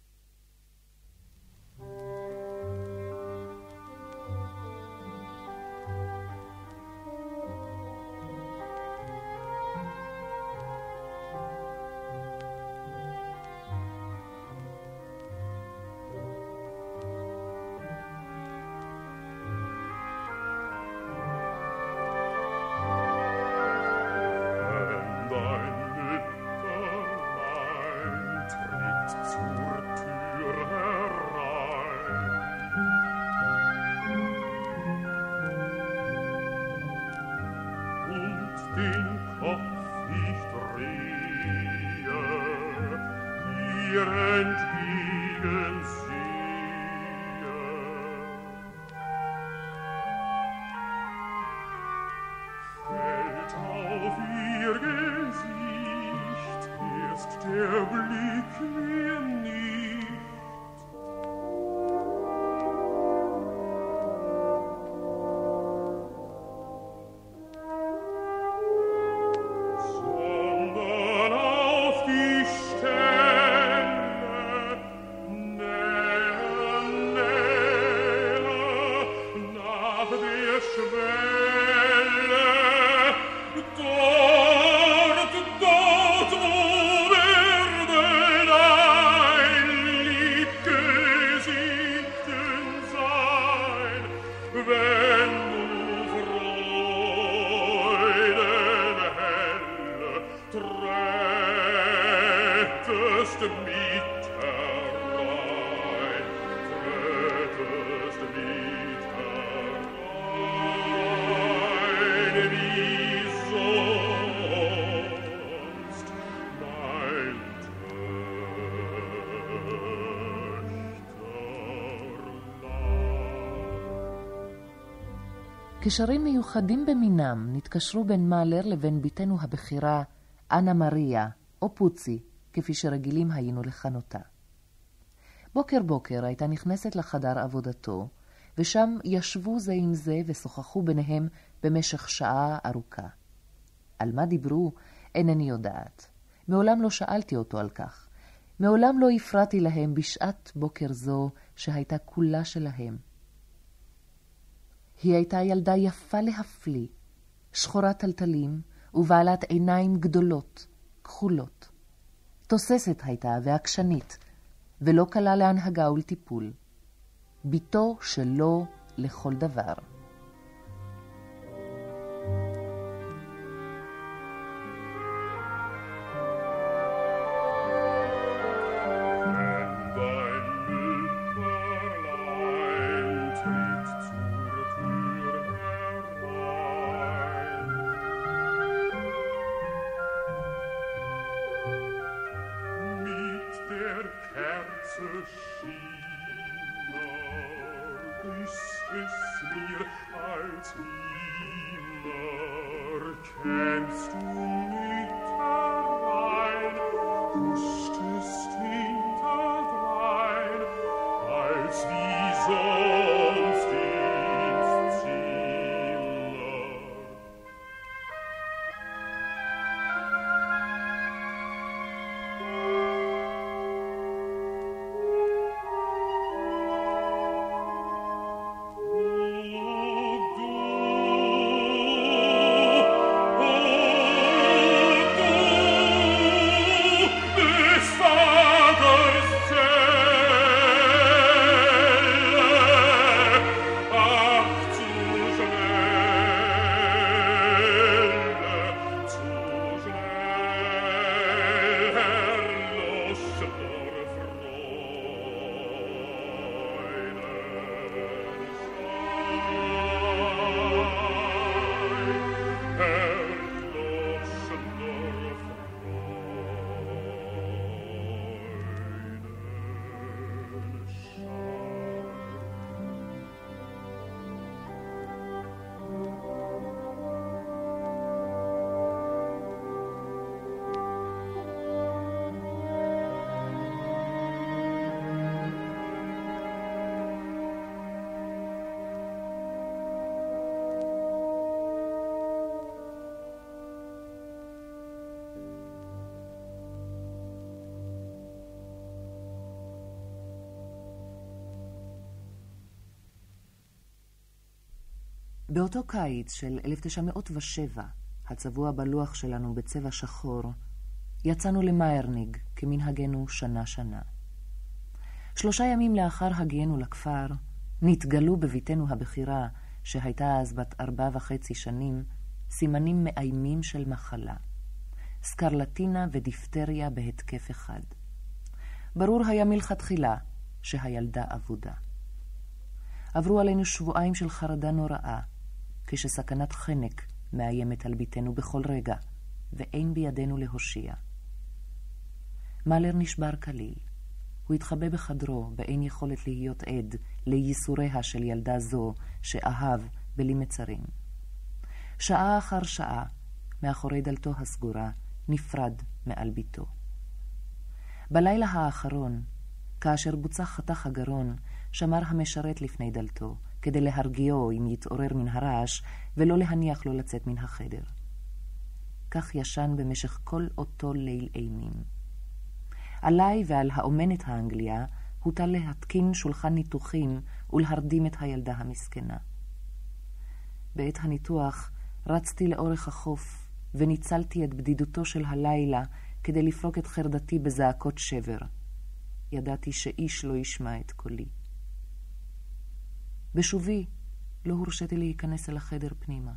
קשרים מיוחדים במינם נתקשרו בין מאלר לבין ביתנו הבכירה, אנה מריה, או פוצי, כפי שרגילים היינו לכנותה. בוקר בוקר הייתה נכנסת לחדר עבודתו, ושם ישבו זה עם זה ושוחחו ביניהם במשך שעה ארוכה. על מה דיברו, אינני יודעת. מעולם לא שאלתי אותו על כך. מעולם לא הפרעתי להם בשעת בוקר זו שהייתה כולה שלהם. היא הייתה ילדה יפה להפליא, שחורת טלטלים ובעלת עיניים גדולות, כחולות. תוססת הייתה ועקשנית, ולא קלה להנהגה ולטיפול. ביתו שלו לכל דבר. באותו קיץ של אלף תשע מאות ושבע, הצבוע בלוח שלנו בצבע שחור, יצאנו למיירניג כמנהגנו שנה-שנה. שלושה ימים לאחר הגיענו לכפר, נתגלו בביתנו הבכירה, שהייתה אז בת ארבע וחצי שנים, סימנים מאיימים של מחלה. סקרלטינה ודיפטריה בהתקף אחד. ברור היה מלכתחילה שהילדה אבודה. עברו עלינו שבועיים של חרדה נוראה, כשסכנת חנק מאיימת על ביתנו בכל רגע, ואין בידינו להושיע. מאלר נשבר כליל. הוא התחבא בחדרו, באין יכולת להיות עד לייסוריה של ילדה זו שאהב בלי מצרים. שעה אחר שעה, מאחורי דלתו הסגורה, נפרד מעל ביתו. בלילה האחרון, כאשר בוצע חתך הגרון, שמר המשרת לפני דלתו, כדי להרגיעו אם יתעורר מן הרעש, ולא להניח לו לצאת מן החדר. כך ישן במשך כל אותו ליל אימים. עליי ועל האומנת האנגליה הוטל להתקין שולחן ניתוחים ולהרדים את הילדה המסכנה. בעת הניתוח רצתי לאורך החוף וניצלתי את בדידותו של הלילה כדי לפרוק את חרדתי בזעקות שבר. ידעתי שאיש לא ישמע את קולי. בשובי לא הורשיתי להיכנס אל החדר פנימה.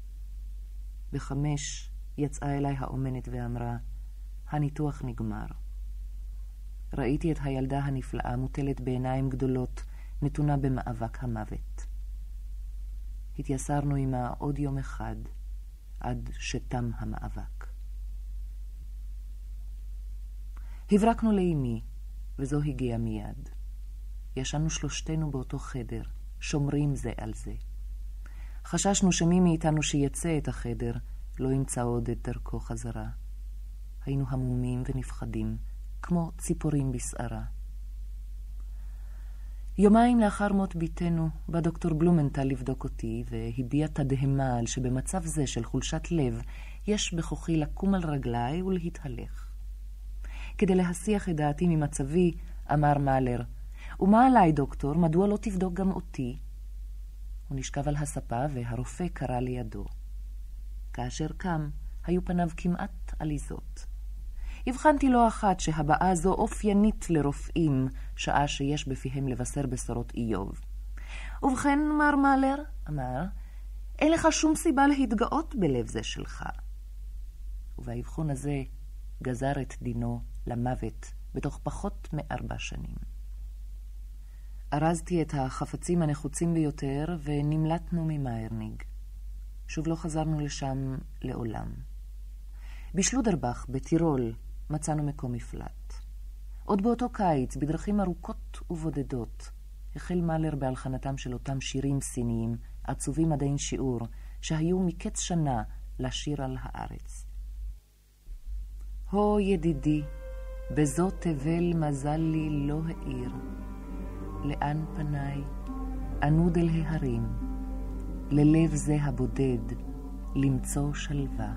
בחמש יצאה אליי האומנת ואמרה, הניתוח נגמר. ראיתי את הילדה הנפלאה מוטלת בעיניים גדולות, נתונה במאבק המוות. התייסרנו עמה עוד יום אחד, עד שתם המאבק. הברקנו לאמי, וזו הגיעה מיד. ישנו שלושתנו באותו חדר, שומרים זה על זה. חששנו שמי מאיתנו שיצא את החדר, לא ימצא עוד את דרכו חזרה. היינו המומים ונפחדים, כמו ציפורים בסערה. יומיים לאחר מות ביתנו, בא דוקטור בלומנטל לבדוק אותי, והביע תדהמה על שבמצב זה של חולשת לב, יש בכוחי לקום על רגליי ולהתהלך. כדי להסיח את דעתי ממצבי, אמר מאלר, ומה עליי דוקטור, מדוע לא תבדוק גם אותי? הוא נשכב על הספה והרופא קרא לידו. כאשר קם, היו פניו כמעט עליזות. הבחנתי לא אחת שהבאה זו אופיינית לרופאים, שעה שיש בפיהם לבשר בשורות איוב. ובכן, מר מאלר, אמר, אין לך שום סיבה להתגאות בלב זה שלך. ובהבחון הזה גזר את דינו למוות בתוך פחות מארבע שנים. ארזתי את החפצים הנחוצים ביותר ונמלטנו ממיירניג. שוב לא חזרנו לשם לעולם. בשלודרבך, בטירול, מצאנו מקום מפלט. עוד באותו קיץ, בדרכים ארוכות ובודדות, החל מאלר בהלחנתם של אותם שירים סיניים, עצובים עד אין שיעור, שהיו מקץ שנה לשיר על הארץ. הו ידידי, בזו תבל מזל לי לא העיר, לאן פניי, ענוד אל ההרים, ללב זה הבודד, למצוא שלווה.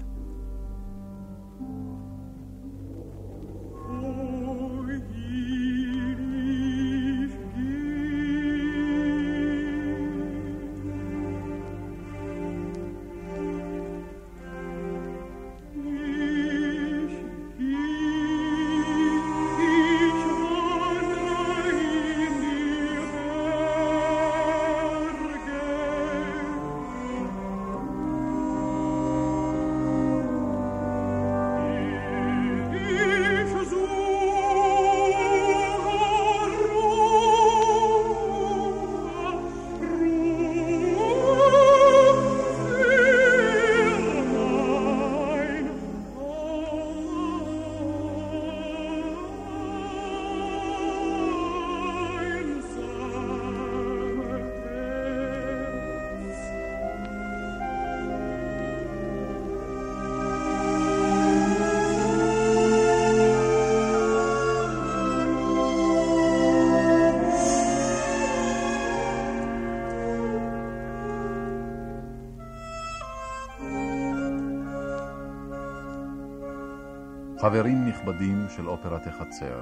חברים נכבדים של אופרת החצר,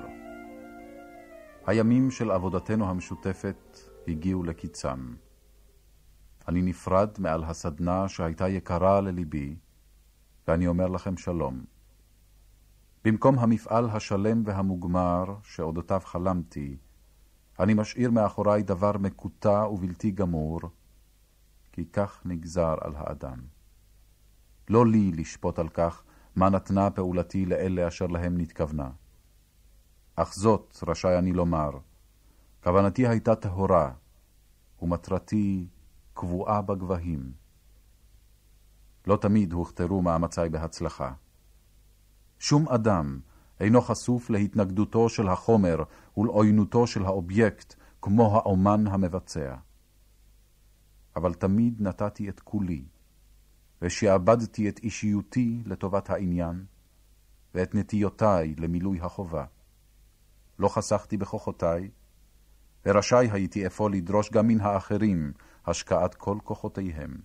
הימים של עבודתנו המשותפת הגיעו לקיצם, אני נפרד מעל הסדנה שהייתה יקרה לליבי, ואני אומר לכם שלום. במקום המפעל השלם והמוגמר שאודותיו חלמתי, אני משאיר מאחוריי דבר מקוטע ובלתי גמור, כי כך נגזר על האדם. לא לי לשפוט על כך מה נתנה פעולתי לאלה אשר להם נתכוונה. אך זאת רשאי אני לומר, כוונתי הייתה טהורה, ומטרתי קבועה בגבהים. לא תמיד הוכתרו מאמצי בהצלחה. שום אדם אינו חשוף להתנגדותו של החומר ולעוינותו של האובייקט כמו האומן המבצע. אבל תמיד נתתי את כולי, ושעבדתי את אישיותי לטובת העניין, ואת נטיותיי למילוי החובה. לא חסכתי בכוחותיי, ורשאי הייתי אפוא לדרוש גם מן האחרים השקעת כל כוחותיהם.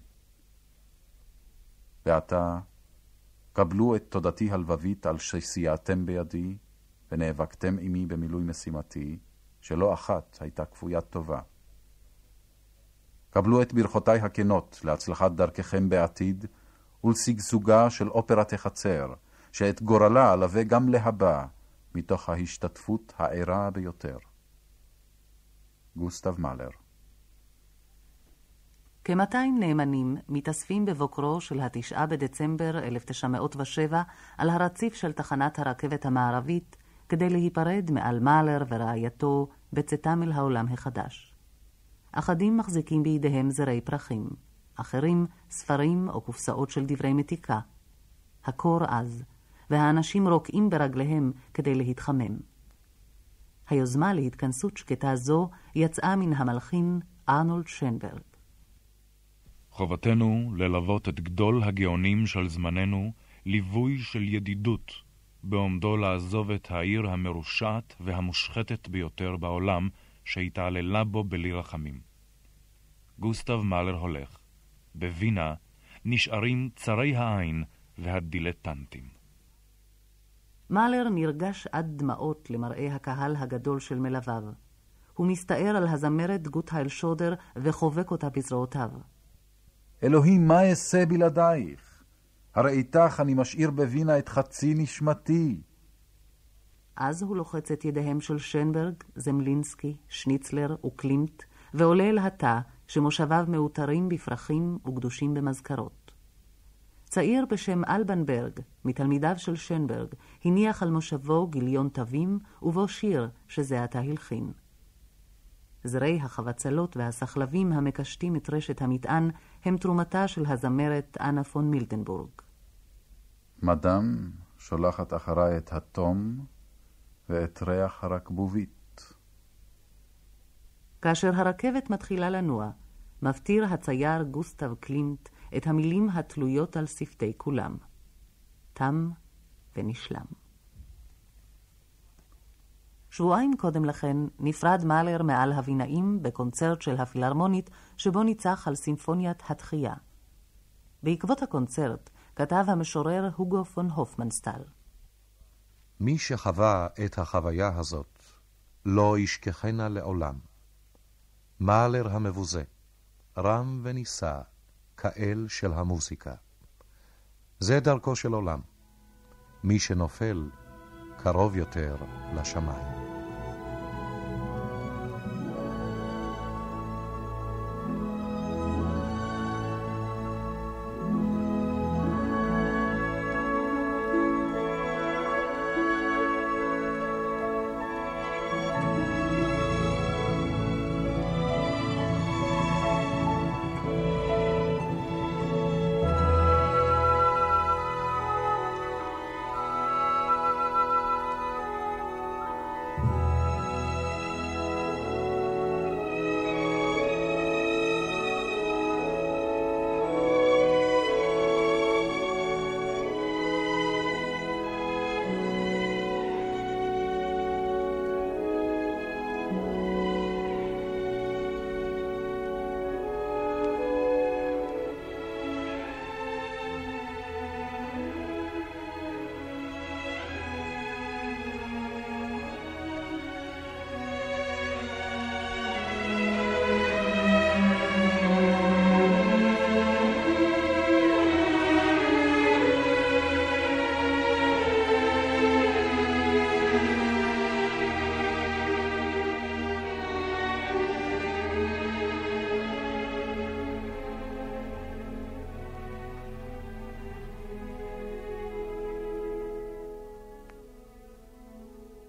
ועתה, קבלו את תודתי הלבבית על שסייעתם בידי, ונאבקתם עמי במילוי משימתי, שלא אחת הייתה כפוית טובה. קבלו את ברכותיי הכנות להצלחת דרככם בעתיד, ולשגשוגה של אופרת החצר, שאת גורלה עלווה גם להבא, מתוך ההשתתפות הערה ביותר. גוסטב מאלר. כ-מאתיים נאמנים מתאספים בבוקרו של התשעה בדצמבר אלף תשע מאות ושבע על הרציף של תחנת הרכבת המערבית כדי להיפרד מעל מאלר ורעייתו בצאתם אל העולם החדש. אחדים מחזיקים בידיהם זרי פרחים, אחרים ספרים או קופסאות של דברי מתיקה. הקור עז, והאנשים רוקעים ברגליהם כדי להתחמם. היוזמה להתכנסות שקטה זו יצאה מן המלחין ארנולד שנברג. חובתנו ללוות את גדול הגאונים של זמננו, ליווי של ידידות, בעומדו לעזוב את העיר המרושעת והמושחתת ביותר בעולם, שהתעללה בו בלי רחמים. גוסטב מאלר הולך. בווינה נשארים צרי העין והדילטנטים. מאלר נרגש עד דמעות למראה הקהל הגדול של מלוויו. הוא מסתער על הזמרת גוטהייל שודר וחובק אותה בזרועותיו. אלוהים, מה אעשה בלעדייך? הרי איתך אני משאיר בווינה את חצי נשמתי. אז הוא לוחץ את ידיהם של שנברג, זמלינסקי, שניצלר וקלימט, ועולה אל התא שמושביו מאותרים בפרחים וקדושים במזכרות. צעיר בשם אלבנברג, מתלמידיו של שנברג, הניח על מושבו גיליון תווים ובו שיר שזה עתה הלחין. זרי החבצלות והסחלבים המקשטים את רשת המטען הם תרומתה של הזמרת אנה פון מילטנבורג. מדם שולחת אחריי את התום ואת ריח הרקבובית. כאשר הרכבת מתחילה לנוע, מבטיר הצייר גוסטב קלימט את המילים התלויות על שפתי כולם. תם ונשלם. שבועיים קודם לכן נפרד מאלר מעל הווינאים בקונצרט של הפילהרמונית שבו ניצח על סימפוניית התחייה. בעקבות הקונצרט כתב המשורר הוגו פון הופמנסטל. מי שחווה את החוויה הזאת לא ישכחנה לעולם. מאלר המבוזה, רם ונישא, כאל של המוסיקה. זה דרכו של עולם. מי שנופל קרוב יותר לשמיים.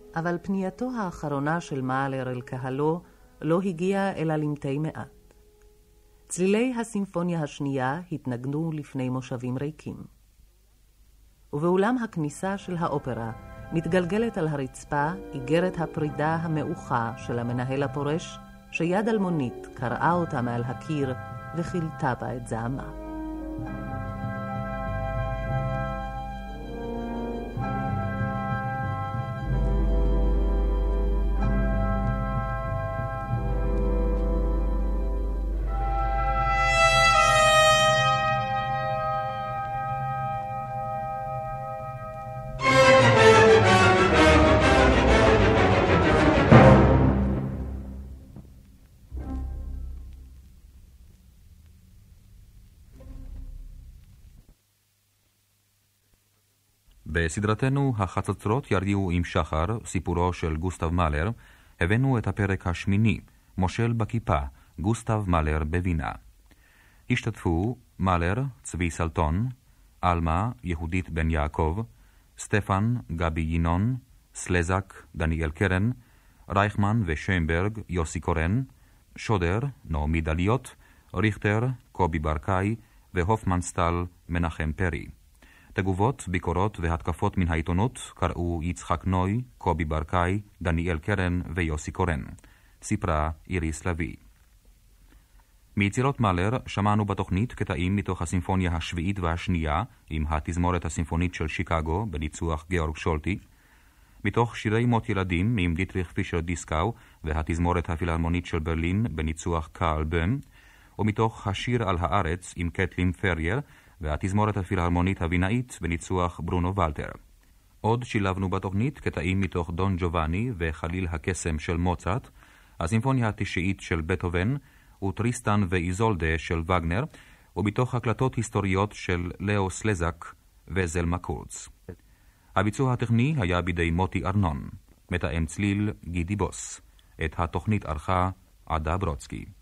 אבל פנייתו האחרונה של מאלר אל קהלו לא הגיעה אלא למתי מעט. צלילי הסימפוניה השנייה התנגנו לפני מושבים ריקים. ובאולם הכניסה של האופרה מתגלגלת על הרצפה איגרת הפרידה המאוחה של המנהל הפורש, שיד אלמונית קראה אותה מעל הקיר וחילתה בה את זעמה. בסדרתנו החצוצרות ירגיעו עם שחר, סיפורו של גוסטב מאלר, הבאנו את הפרק השמיני, מושל בכיפה, גוסטב מאלר בווינה. השתתפו מאלר, צבי סלטון, אלמה, יהודית בן יעקב, סטפן, גבי ינון, סלזק, דניאל קרן, רייכמן ושיינברג, יוסי קורן, שודר, נעמי דליות, ריכטר, קובי ברקאי, והופמנסטל, מנחם פרי. תגובות, ביקורות והתקפות מן העיתונות קראו יצחק נוי, קובי ברקאי, דניאל קרן ויוסי קורן. סיפרה איריס לוי. מיצירות מאלר שמענו בתוכנית קטעים מתוך הסימפוניה השביעית והשנייה עם התזמורת הסימפונית של שיקגו בניצוח גאורג שולטי, מתוך שירי מות ילדים עם דיטריך פישר דיסקאו והתזמורת הפילהרמונית של ברלין בניצוח קארל בום, ומתוך השיר על הארץ עם קטלין פרייר והתזמורת הפילהרמונית הווינאית בניצוח ברונו ולטר. עוד שילבנו בתוכנית קטעים מתוך דון ג'ובאני וחליל הקסם של מוצרט, הסימפוניה התשיעית של בטהובן וטריסטן ואיזולדה של וגנר, ומתוך הקלטות היסטוריות של לאו סלזק וזלמה קורץ. הביצוע הטכני היה בידי מוטי ארנון, מתאם צליל גידי בוס. את התוכנית ערכה עדה ברודסקי.